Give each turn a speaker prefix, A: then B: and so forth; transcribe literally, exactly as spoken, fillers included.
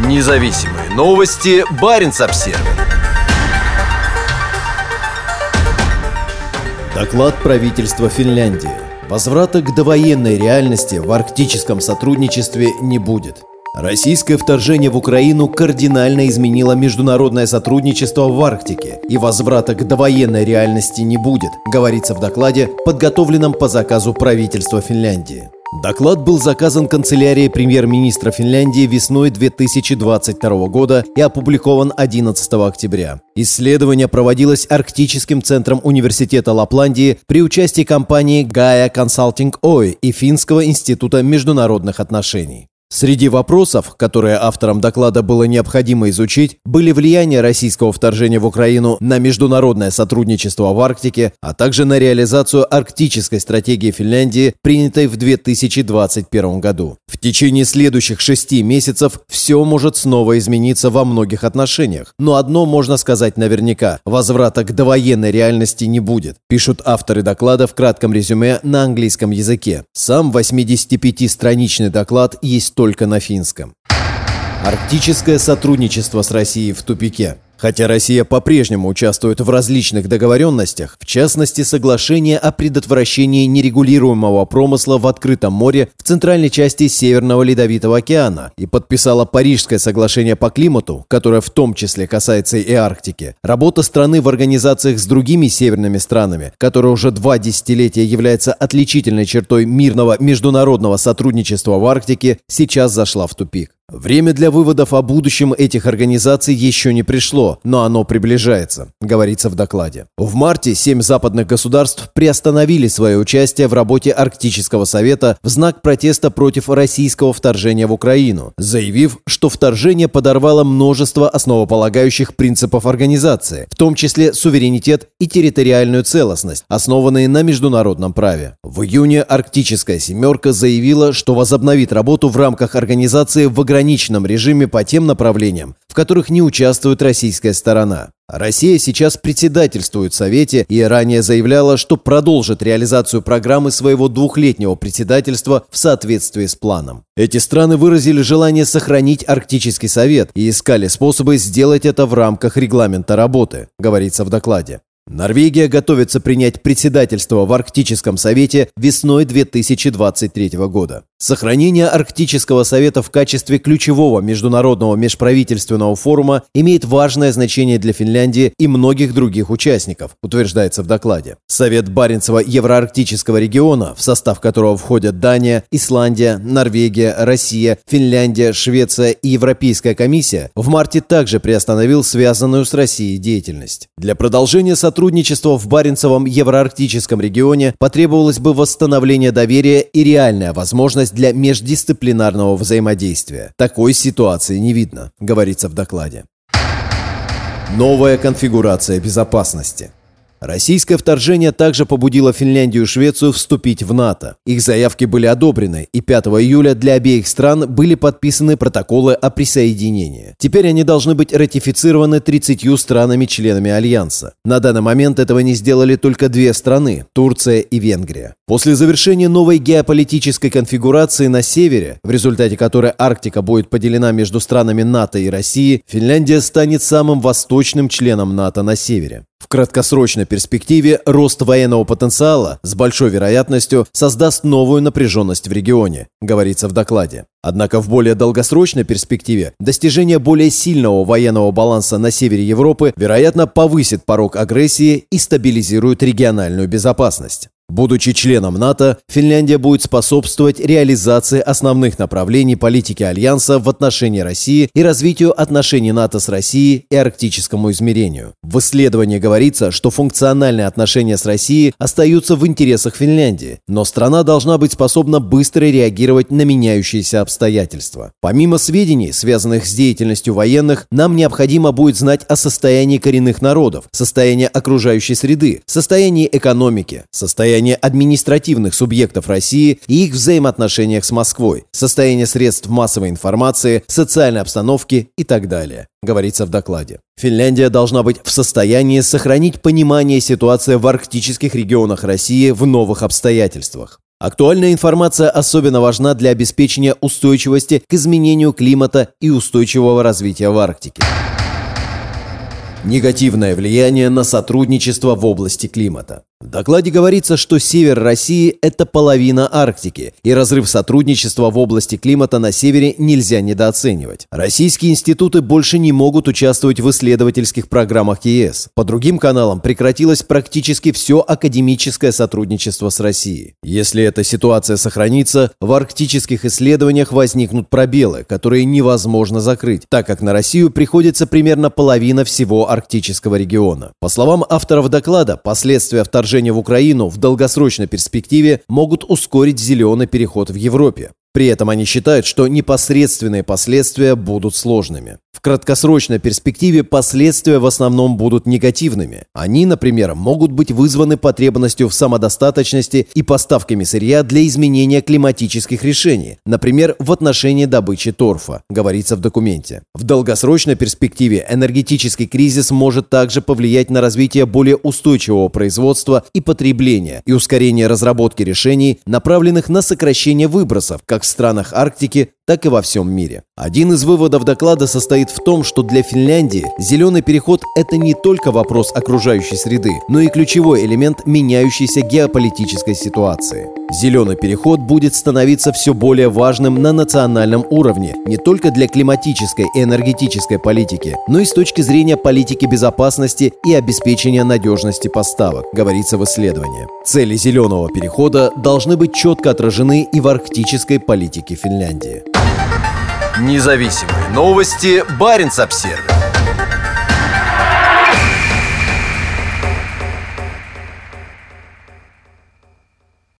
A: Независимые новости. Баренц-Обсервис.
B: Доклад правительства Финляндии. Возврата к довоенной реальности в арктическом сотрудничестве не будет. Российское вторжение в Украину кардинально изменило международное сотрудничество в Арктике, и возврата к довоенной реальности не будет, говорится в докладе, подготовленном по заказу правительства Финляндии. Доклад был заказан канцелярией премьер-министра Финляндии весной две тысячи двадцать второго года и опубликован одиннадцатого октября. Исследование проводилось Арктическим центром Университета Лапландии при участии компании Gaia Consulting Oy и Финского института международных отношений. Среди вопросов, которые авторам доклада было необходимо изучить, были влияние российского вторжения в Украину на международное сотрудничество в Арктике, а также на реализацию арктической стратегии Финляндии, принятой в две тысячи двадцать первом году. В течение следующих шести месяцев все может снова измениться во многих отношениях, но одно можно сказать наверняка – возврата к довоенной реальности не будет, пишут авторы доклада в кратком резюме на английском языке. Сам восьмидесятипятистраничный доклад есть только на финском. Арктическое сотрудничество с Россией в тупике. Хотя Россия по-прежнему участвует в различных договоренностях, в частности, соглашение о предотвращении нерегулируемого промысла в открытом море в центральной части Северного Ледовитого океана и подписала Парижское соглашение по климату, которое в том числе касается и Арктики, работа страны в организациях с другими северными странами, которая уже два десятилетия является отличительной чертой мирного международного сотрудничества в Арктике, сейчас зашла в тупик. Время для выводов о будущем этих организаций еще не пришло, но оно приближается, говорится в докладе. В марте семь западных государств приостановили свое участие в работе Арктического совета в знак протеста против российского вторжения в Украину, заявив, что вторжение подорвало множество основополагающих принципов организации, в том числе суверенитет и территориальную целостность, основанные на международном праве. В июне Арктическая семерка заявила, что возобновит работу в рамках организации в ограниченном ограниченном режиме по тем направлениям, в которых не участвует российская сторона. Россия сейчас председательствует в Совете и ранее заявляла, что продолжит реализацию программы своего двухлетнего председательства в соответствии с планом. Эти страны выразили желание сохранить Арктический совет и искали способы сделать это в рамках регламента работы, говорится в докладе. Норвегия готовится принять председательство в Арктическом совете весной две тысячи двадцать третьего года. Сохранение Арктического совета в качестве ключевого международного межправительственного форума имеет важное значение для Финляндии и многих других участников, утверждается в докладе. Совет Баренцево-Евроарктического региона, в состав которого входят Дания, Исландия, Норвегия, Россия, Финляндия, Швеция и Европейская комиссия, в марте также приостановил связанную с Россией деятельность. Для продолжения сотрудничества в Баренцевом Евроарктическом регионе потребовалось бы восстановление доверия и реальная возможность для междисциплинарного взаимодействия. Такой ситуации не видно, говорится в докладе. Новая конфигурация безопасности. Российское вторжение также побудило Финляндию и Швецию вступить в НАТО. Их заявки были одобрены, и пятого июля для обеих стран были подписаны протоколы о присоединении. Теперь они должны быть ратифицированы тридцатью странами-членами Альянса. На данный момент этого не сделали только две страны – Турция и Венгрия. После завершения новой геополитической конфигурации на севере, в результате которой Арктика будет поделена между странами НАТО и Россией, Финляндия станет самым восточным членом НАТО на севере. В краткосрочной перспективе рост военного потенциала с большой вероятностью создаст новую напряженность в регионе, говорится в докладе. Однако в более долгосрочной перспективе достижение более сильного военного баланса на севере Европы, вероятно, повысит порог агрессии и стабилизирует региональную безопасность. Будучи членом НАТО, Финляндия будет способствовать реализации основных направлений политики Альянса в отношении России и развитию отношений НАТО с Россией и арктическому измерению. В исследовании говорится, что функциональные отношения с Россией остаются в интересах Финляндии, но страна должна быть способна быстро реагировать на меняющиеся обстоятельства. Помимо сведений, связанных с деятельностью военных, нам необходимо будет знать о состоянии коренных народов, состоянии окружающей среды, состоянии экономики, состоянии административных субъектов России и их взаимоотношениях с Москвой, состояние средств массовой информации, социальной обстановки и так далее, говорится в докладе. Финляндия должна быть в состоянии сохранить понимание ситуации в арктических регионах России в новых обстоятельствах. Актуальная информация особенно важна для обеспечения устойчивости к изменению климата и устойчивого развития в Арктике. Негативное влияние на сотрудничество в области климата. В докладе говорится, что север России – это половина Арктики, и разрыв сотрудничества в области климата на севере нельзя недооценивать. Российские институты больше не могут участвовать в исследовательских программах ЕС. По другим каналам прекратилось практически все академическое сотрудничество с Россией. Если эта ситуация сохранится, в арктических исследованиях возникнут пробелы, которые невозможно закрыть, так как на Россию приходится примерно половина всего арктического региона. По словам авторов доклада, последствия вторжения в Украину в долгосрочной перспективе могут ускорить зеленый переход в Европе. При этом они считают, что непосредственные последствия будут сложными. В краткосрочной перспективе последствия в основном будут негативными. Они, например, могут быть вызваны потребностью в самодостаточности и поставками сырья для изменения климатических решений, например, в отношении добычи торфа, говорится в документе. В долгосрочной перспективе энергетический кризис может также повлиять на развитие более устойчивого производства и потребления и ускорение разработки решений, направленных на сокращение выбросов, как в странах Арктики, так и во всем мире. Один из выводов доклада состоит в том, что для Финляндии зеленый переход – это не только вопрос окружающей среды, но и ключевой элемент меняющейся геополитической ситуации. Зеленый переход будет становиться все более важным на национальном уровне не только для климатической и энергетической политики, но и с точки зрения политики безопасности и обеспечения надежности поставок, говорится в исследовании. Цели зеленого перехода должны быть четко отражены и в арктической политике Финляндии.
A: Независимые новости. Баренц-Обсервис.